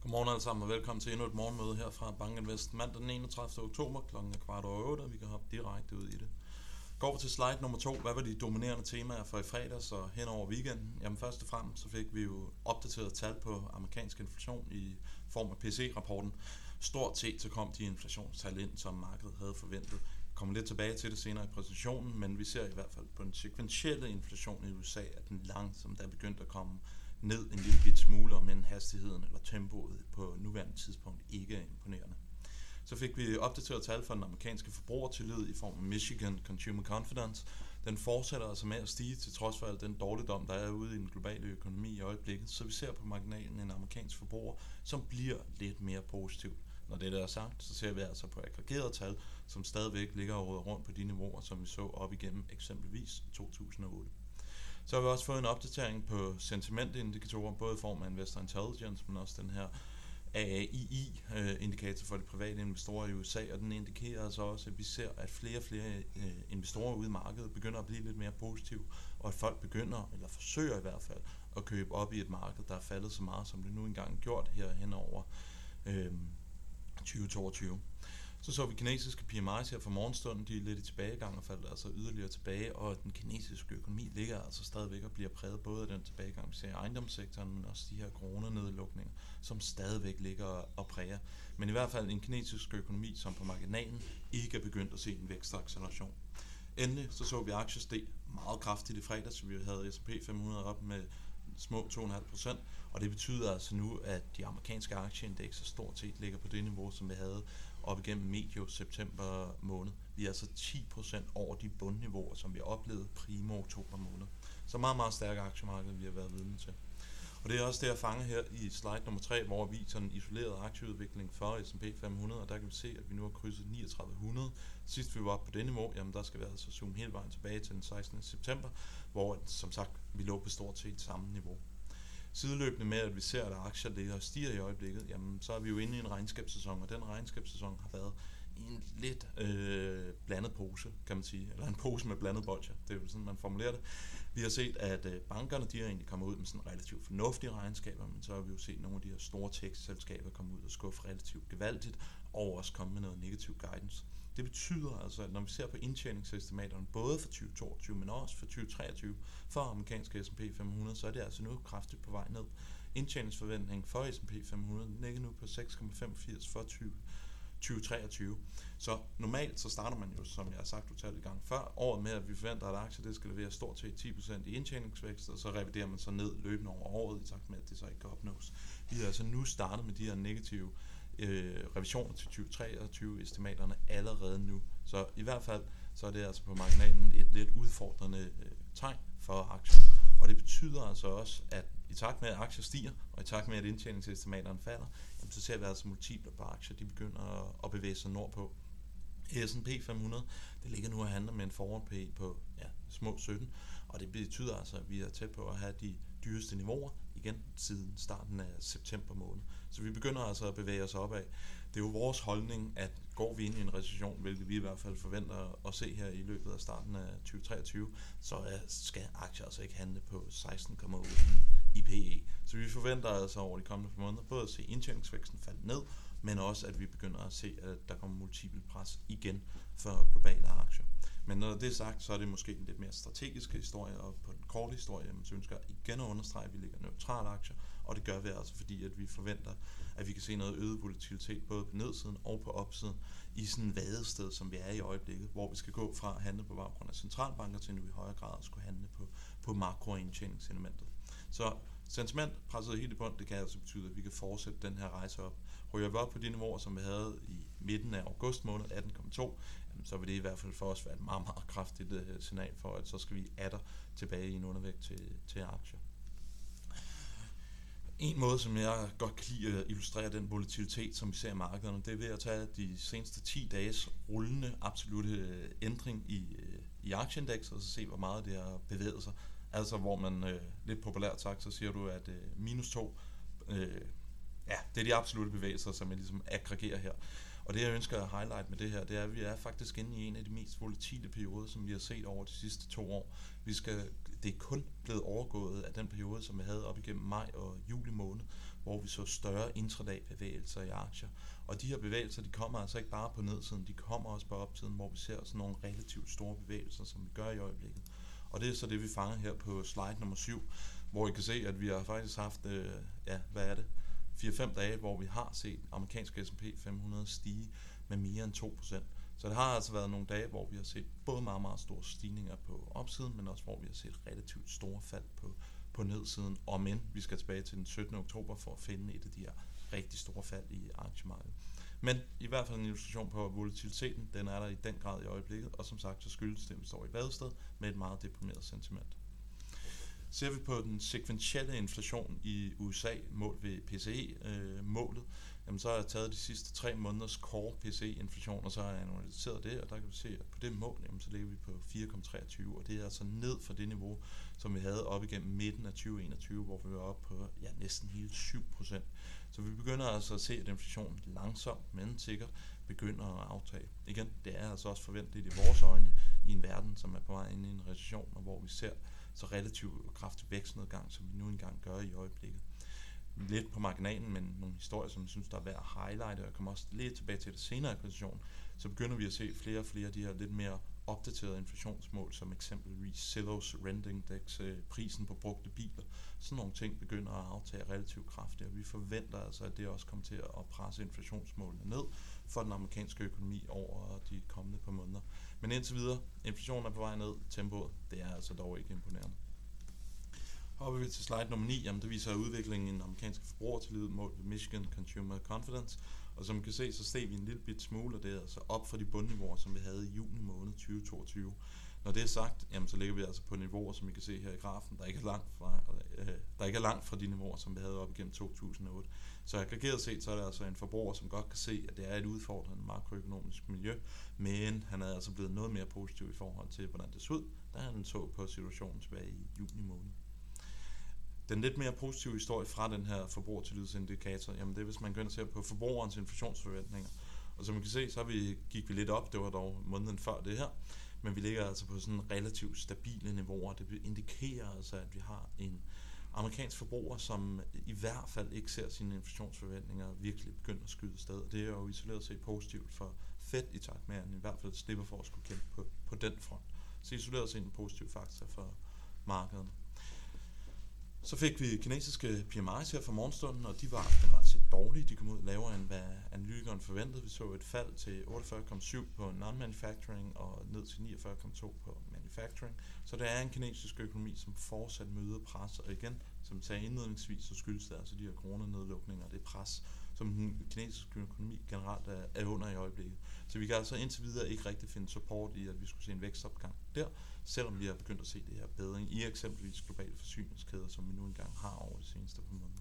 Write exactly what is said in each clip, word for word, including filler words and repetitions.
Godmorgen alle sammen og velkommen til endnu et morgenmøde her fra Bank Invest mandag den enogtredivte oktober klokken er kvart over otte, og vi kan hoppe direkte ud i det. Går vi til slide nummer to. Hvad var de dominerende temaer for i fredags og hen over weekenden? Jamen først og fremmest så fik vi jo opdateret tal på amerikansk inflation i form af P C E-rapporten. Stort set så kom de inflationstal ind, som markedet havde forventet. Jeg kommer lidt tilbage til det senere i præsentationen, men vi ser i hvert fald på den sekventielle inflation i U S A, at den langsomt er begyndt at komme ned en lille bit smule, om end hastigheden eller tempoet på nuværende tidspunkt ikke er imponerende. Så fik vi opdateret tal for den amerikanske forbrugertillid i form af Michigan Consumer Confidence. Den fortsætter altså med at stige til trods for al den dårligdom, der er ude i den globale økonomi i øjeblikket. Så vi ser på marginalen en amerikansk forbruger, som bliver lidt mere positiv. Når det der er sagt, så ser vi altså på aggregerede tal, som stadigvæk ligger og råder rundt på de niveauer, som vi så op igennem eksempelvis to tusind og otte. Så har vi også fået en opdatering på sentimentindikatorer, både i form af Investor Intelligence, men også den her A A I I-indikator for de private investorer i U S A, og den indikerer altså også, at vi ser, at flere og flere investorer ude i markedet begynder at blive lidt mere positive, og at folk begynder, eller forsøger i hvert fald, at købe op i et marked, der er faldet så meget, som det nu engang gjort her hen over øh, tyve toogtyve. Så så vi kinesiske P M I's her for morgenstunden, de er lidt i tilbagegang og faldt altså yderligere tilbage, og den kinesiske økonomi ligger altså stadigvæk og bliver præget både af den tilbagegang, vi ser i ejendomssektoren, men også de her coronanedlukninger, som stadigvæk ligger og præger. Men i hvert fald en kinesisk økonomi, som på marginalen ikke er begyndt at se en vækstacceleration. Endelig så så vi aktier steg meget kraftigt i fredag, så vi havde S and P fem hundrede op med små to komma fem procent, og det betyder altså nu, at de amerikanske aktieindekser stort set ligger på det niveau, som vi havde op igennem medio september måned. Vi er altså ti procent over de bundniveauer, som vi oplevede primo oktober måned. Så meget, meget stærk aktiemarked, vi har været vidne til. Og det er også det, jeg fanger her i slide nummer tre, hvor vi viser en isoleret aktieudvikling for S and P fem hundrede, og der kan vi se, at vi nu har krydset niogtredive hundrede. Sidst vi var oppe på det niveau, jamen der skal vi altså zoome hele vejen tilbage til den sekstende september, hvor som sagt vi lå på stort set samme niveau. Sideløbende med, at vi ser, at aktier ligger og stiger i øjeblikket, jamen så er vi jo inde i en regnskabssæson, og den regnskabssæson har været en lidt øh, blandet pose, kan man sige, eller en pose med blandet bolsjer, det er jo sådan, man formulerer det. Vi har set, at øh, bankerne, de har egentlig kommet ud med sådan relativt fornuftige regnskaber, men så har vi jo set nogle af de her store tech-selskaber komme ud og skuffe relativt gevaldigt, og også komme med noget negativ guidance. Det betyder altså, at når vi ser på indtjeningsestimaterne, både for tyve toogtyve, men også for tyve treogtyve, for amerikanske S and P fem hundrede, så er det altså nu kraftigt på vej ned. Indtjeningsforventningen for S and P fem hundrede ligger nu på seks komma femogfirs for tyve treogtyve. Så normalt så starter man jo, som jeg har sagt utallige gange før, året med, at vi forventer, at aktier det skal levere stort set ti procent i indtjeningsvækst, og så reviderer man så ned løbende over året, i takt med, at det så ikke kan opnås. Vi har altså nu startet med de her negative øh, revisioner til tyve treogtyve estimaterne allerede nu. Så i hvert fald så er det altså på marginalen et lidt udfordrende øh, tegn for aktier. Og det betyder altså også, at i takt med, at aktier stiger, og i takt med, at indtjeningsestimaterne falder, jamen, så ser vi altså multipler på aktier, de begynder at bevæge sig nordpå. S and P fem hundrede, det ligger nu og handler med en forward P E på ja, små sytten, og det betyder altså, at vi er tæt på at have de dyreste niveauer igen siden starten af september måned. Så vi begynder altså at bevæge os opad. Det er jo vores holdning, at går vi ind i en recession, hvilket vi i hvert fald forventer at se her i løbet af starten af tyve treogtyve, så skal aktier altså ikke handle på seksten komma otte i P E. Så vi forventer altså over de kommende måneder både at se indtjeningsvæksten falde ned, men også at vi begynder at se, at der kommer multiple pres igen for globale aktier. Men når det er sagt, så er det måske en lidt mere strategisk historie, og på den korte historie, så ønsker jeg igen at understrege, at vi ligger neutrale aktier, og det gør vi altså fordi, at vi forventer, at vi kan se noget øget volatilitet både på nedsiden og på opsiden i sådan en vadested, som vi er i øjeblikket, hvor vi skal gå fra at handle på baggrund af centralbanker til nu i højere grad at skulle handle på, på makroindtjeningselementet. Så sentiment presset helt i bund, det kan altså betyde, at vi kan fortsætte den her rejse op. Ryger vi op på de niveauer, som vi havde i midten af august måned, atten komma to, så vil det i hvert fald for os være et meget, meget kraftigt uh, signal for, at så skal vi atter tilbage i en undervægt til, til aktier. En måde, som jeg godt kan lide at illustrere den volatilitet, som vi ser i markederne, det er ved at tage de seneste ti dages rullende absolutte ændring i, i aktieindekset, og så se, hvor meget det har bevæget sig. Altså, hvor man øh, lidt populært sagt, så siger du, at øh, minus to, øh, ja, det er de absolutte bevægelser, som jeg ligesom aggregerer her. Og det, jeg ønsker at highlight med det her, det er, at vi er faktisk inde i en af de mest volatile perioder, som vi har set over de sidste to år. Vi skal, det er kun blevet overgået af den periode, som vi havde op igennem maj og juli måned, hvor vi så større intraday-bevægelser i aktier. Og de her bevægelser, de kommer altså ikke bare på nedsiden, de kommer også på opsiden, hvor vi ser sådan nogle relativt store bevægelser, som vi gør i øjeblikket. Og det er så det, vi fanger her på slide nummer syv, hvor I kan se, at vi har faktisk haft, øh, ja, hvad er det, fire fem dage, hvor vi har set amerikanske S and P fem hundrede stige med mere end to procent. Så det har altså været nogle dage, hvor vi har set både meget, meget store stigninger på opsiden, men også hvor vi har set relativt store fald på, på nedsiden. Og men vi skal tilbage til den syttende oktober for at finde et af de her rigtig store fald i aktiemarkedet. Men i hvert fald en illustration på volatiliteten, den er der i den grad i øjeblikket, og som sagt så skyldes det, at vi står i vadested med et meget deprimeret sentiment. Ser vi på den sekventielle inflation i U S A, målt ved P C E-målet, jamen så har jeg taget de sidste tre måneders core P C E-inflation, og så har jeg analyseret det, og der kan vi se, at på det mål, jamen så ligger vi på fire komma treogtyve, og det er altså ned fra det niveau, som vi havde op igennem midten af tyve enogtyve, hvor vi var oppe på ja, næsten hele syv procent. Så vi begynder altså at se, at inflationen langsomt, men sikkert begynder at aftage. Igen, det er altså også forventeligt i vores øjne i en verden, som er på vej ind i en recession, og hvor vi ser så relativt kraftig vækstnedgang, som vi nu engang gør i øjeblikket. Lidt på marginalen, men nogle historier, som jeg synes, der er værd at highlighte, og jeg kommer også lidt tilbage til det senere i præsentationen, så begynder vi at se flere og flere af de her lidt mere opdaterede inflationsmål, som eksempelvis Zillow's Rent Index, prisen på brugte biler. Sådan nogle ting begynder at aftage relativt kraftigt, og vi forventer altså, at det også kommer til at presse inflationsmålene ned for den amerikanske økonomi over de kommende par måneder. Men indtil videre, inflationen er på vej ned, tempoet, det er altså dog ikke imponerende. Hopper vi til slide nummer ni, jamen det viser udviklingen i den amerikanske forbrugertillid målt ved Michigan Consumer Confidence. Og som I kan se, så steg vi en lille bit smule, og det er altså op fra de bundniveauer, som vi havde i juni måned tyve toogtyve. Når det er sagt, jamen så ligger vi altså på niveauer, som I kan se her i grafen, der ikke er langt fra, øh, der ikke er langt fra de niveauer, som vi havde op igennem to tusind og otte. Så aggregeret set, så er det altså en forbruger, som godt kan se, at det er et udfordrende makroøkonomisk miljø, men han er altså blevet noget mere positiv i forhold til, hvordan det så ud, da han så på situationen tilbage i juni måned. Den lidt mere positive historie fra den her forbrugertillidsindikator, jamen det er, hvis man går ind og ser på forbrugerens inflationsforventninger. Og som man kan se, så vi, gik vi lidt op, det var dog måneden før det her, men vi ligger altså på sådan relativt stabile niveauer. Det indikerer altså, at vi har en amerikansk forbruger, som i hvert fald ikke ser sine inflationsforventninger virkelig begynde at skyde afsted. Det er jo isoleret set positivt for Fed i takt med, at i hvert fald slipper for at skulle kæmpe på, på den front. Så isoleret set en positiv faktor for markederne. Så fik vi kinesiske P M I's her fra morgenstunden, og de var generelt set dårlige. De kom ud lavere, end hvad analytikeren forventede. Vi så et fald til otteogfyrre komma syv på non-manufacturing og ned til niogfyrre komma to på manufacturing. Så der er en kinesisk økonomi, som fortsat møder pres, og igen, som jeg sagde indledningsvis, så skyldes det altså de her coronanedlukninger og det pres, som den kinesiske økonomi generelt er, er under i øjeblikket. Så vi kan altså indtil videre ikke rigtig finde support i, at vi skulle se en vækstopgang der, selvom vi har begyndt at se det her bedring i eksempelvis globale forsyningskæder, som vi nu engang har over de seneste par måneder.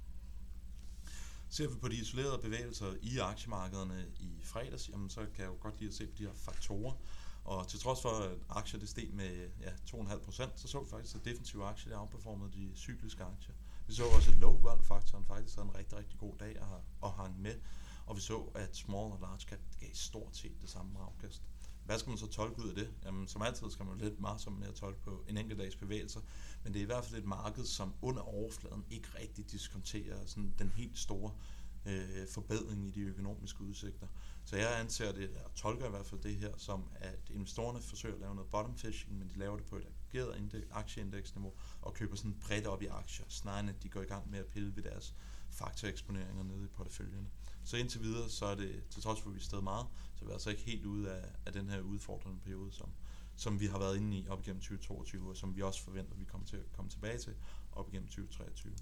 Ser vi på de isolerede bevægelser i aktiemarkederne i fredags, jamen så kan jeg jo godt lide at se på de her faktorer. Og til trods for, at aktier det steg med ja, to komma fem procent, så så vi faktisk, at defensive aktier det outperformede de cykliske aktier. Vi så også, at low-vol-faktoren faktisk havde en rigtig, rigtig god dag at, at hænge med. Og vi så, at small og large cap gav stort set det samme afkast. Hvad skal man så tolke ud af det? Jamen, som altid skal man lidt meget som med at tolke på en enkelt dags bevægelser, men det er i hvert fald et marked, som under overfladen ikke rigtig diskonterer sådan den helt store øh, forbedring i de økonomiske udsigter. Så jeg anser det, og tolker i hvert fald det her, som at investorerne forsøger at lave noget bottom fishing, men de laver det på et aggregeret aktieindeksniveau og køber sådan bredt op i aktier, snarere end at de går i gang med at pille ved deres faktoreksponeringer nede i porteføljerne. Så indtil videre, så er det, til trods for at vi er stedet meget, så er vi altså ikke helt ude af, af den her udfordrende periode, som, som vi har været inde i op igennem tyve toogtyve, og som vi også forventer, at vi kommer til at komme tilbage til op igennem tyve treogtyve.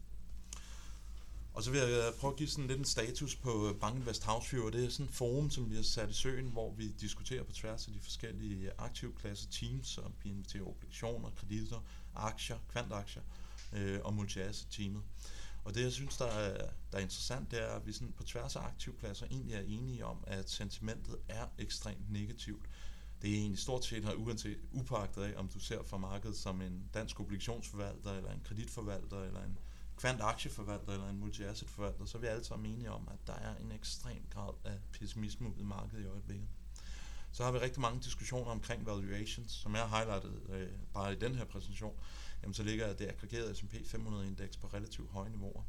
Og så vil jeg prøve at give sådan lidt en status på BankInvest Houseview, og det er sådan et forum, som vi har sat i søen, hvor vi diskuterer på tværs af de forskellige aktivklasse teams, som vi inviterer obligationer, kreditter, aktier, kvantaktier øh, og multi-asset teamet. Og det, jeg synes, der er, der er interessant, det er, at vi sådan på tværs af aktivklasser egentlig er enige om, at sentimentet er ekstremt negativt. Det er egentlig stort set her uanset upagtet af, om du ser for markedet som en dansk obligationsforvalter, eller en kreditforvalter, eller en kvantaktieforvalter, eller en multi-asset forvalter, så er vi alle sammen enige om, at der er en ekstrem grad af pessimisme ud i markedet i øjeblikket. Så har vi rigtig mange diskussioner omkring valuations, som jeg har highlightet øh, bare i den her præsentation. Jamen, så ligger det aggregerede S and P fem hundrede indeks på relativt høje niveauer.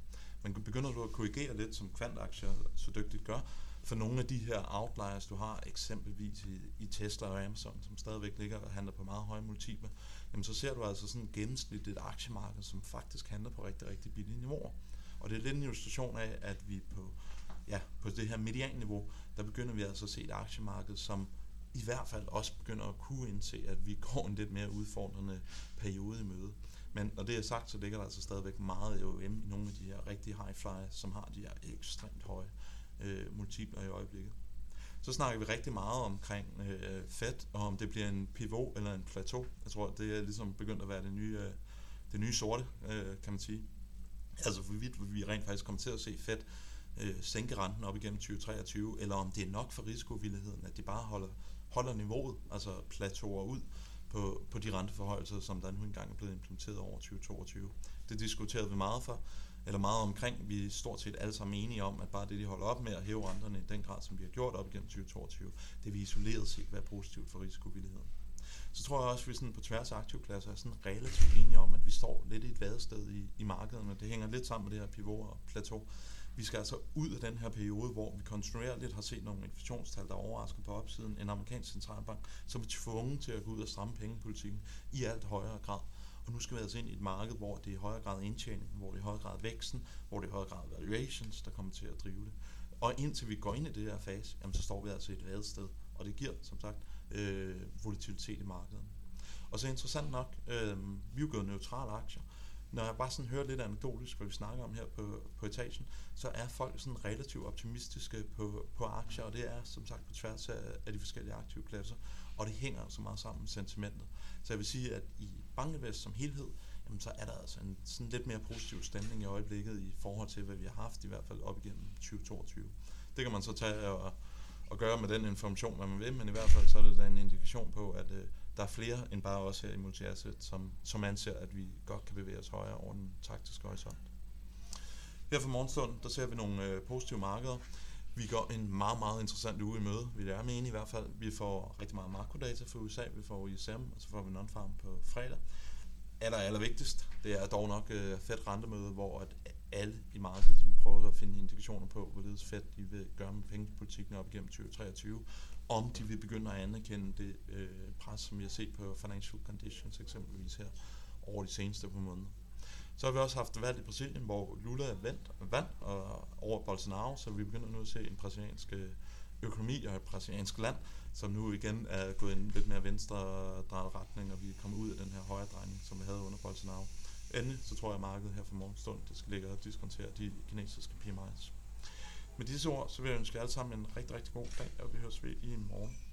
Men begynder du at korrigere lidt, som kvantaktier så dygtigt gør, for nogle af de her outliers, du har eksempelvis i, i Tesla og Amazon, som stadigvæk ligger og handler på meget høje multipler, jamen så ser du altså sådan gennemsnitligt et aktiemarked, som faktisk handler på rigtig, rigtig billige niveauer. Og det er lidt en illustration af, at vi på, ja, på det her medianniveau, der begynder vi altså at se et aktiemarked, som i hvert fald også begynder at kunne indse, at vi går en lidt mere udfordrende periode i møde. Men når det er sagt, så ligger der altså stadigvæk meget E O M i nogle af de her rigtig high flyers, som har de her ekstremt høje øh, multipler i øjeblikket. Så snakker vi rigtig meget omkring øh, Fed, og om det bliver en pivot eller en plateau. Jeg tror, det er ligesom begyndt at være det nye, øh, det nye sorte, øh, kan man sige. Altså hvorvidt vi rent faktisk kommer til at se Fed øh, sænke renten op igennem tyve treogtyve, eller om det er nok for risikovilligheden, at de bare holder, holder niveauet, altså plateauer ud på, på de renteforhøjelser, som der nu engang er blevet implementeret over tyve toogtyve. Det diskuterede vi meget for, eller meget omkring. Vi er stort set alle sammen enige om, at bare det, de holder op med at hæve renterne i den grad, som de har gjort op igennem tyve toogtyve, det vil isoleret set være positivt for risikovilligheden. Så tror jeg også, at vi sådan på tværs af aktivklasser er sådan relativt enige om, at vi står lidt i et vadested i, i markedet, og det hænger lidt sammen med det her pivot og plateau. Vi skal altså ud af den her periode, hvor vi kontinuerligt har set nogle inflationstal, der overrasker på opsiden. En amerikansk centralbank, som er tvunget til at gå ud og stramme pengepolitikken i alt højere grad. Og nu skal vi altså ind i et marked, hvor det er i højere grad indtjening, hvor det er i højere grad væksten, hvor det er i højere grad valuations, der kommer til at drive det. Og indtil vi går ind i det her fase, jamen så står vi altså i et vadested, og det giver, som sagt, øh, volatilitet i markedet. Og så interessant nok, øh, vi er jo gået neutrale aktier. Når jeg bare sådan hører lidt anekdotisk, hvad vi snakker om her på, på etagen, så er folk sådan relativt optimistiske på, på aktier, og det er som sagt på tværs af, af de forskellige aktive klasser, og det hænger så meget sammen med sentimentet. Så jeg vil sige, at i Bankinvest som helhed, jamen så er der altså en sådan lidt mere positiv stemning i øjeblikket i forhold til, hvad vi har haft, i hvert fald op igennem tyve toogtyve. Det kan man så tage og, og gøre med den information, hvad man vil, men i hvert fald så er det da en indikation på, at øh, der er flere end bare os her i Multi-Asset, som, som anser, at vi godt kan bevæge os højere over den taktiske horisont. Her for morgenstunden, der ser vi nogle øh, positive markeder. Vi går en meget, meget interessant uge i møde, vil jeg mene i hvert fald. Vi får rigtig meget makrodata fra U S A, vi får I S M, og så får vi non-farm på fredag. Aller, aller vigtigst, det er dog nok øh, Fed rentemøde, hvor at alle i markedet vil prøve at finde indikationer på, hvorledes Fed de vil gøre med pengepolitikken op igennem tyve treogtyve, om de vil begynde at anerkende det øh, pres, som vi har set på financial conditions eksempelvis her over de seneste par måneder. Så har vi også haft valg i Brasilien, hvor Lula er vandt, vandt og over Bolsonaro, så vi begynder nu at se en brasiliansk økonomi og et brasiliansk land, som nu igen er gået i en lidt mere venstre drejet retning, og vi er kommet ud af den her højre drejning, som vi havde under Bolsonaro. Endelig så tror jeg, at markedet her for morgenstund, det skal ligge og diskontere de kinesiske P M I's. Med disse ord, så vil jeg ønske jer alle sammen en rigtig, rigtig god dag, og vi høres ved i morgen.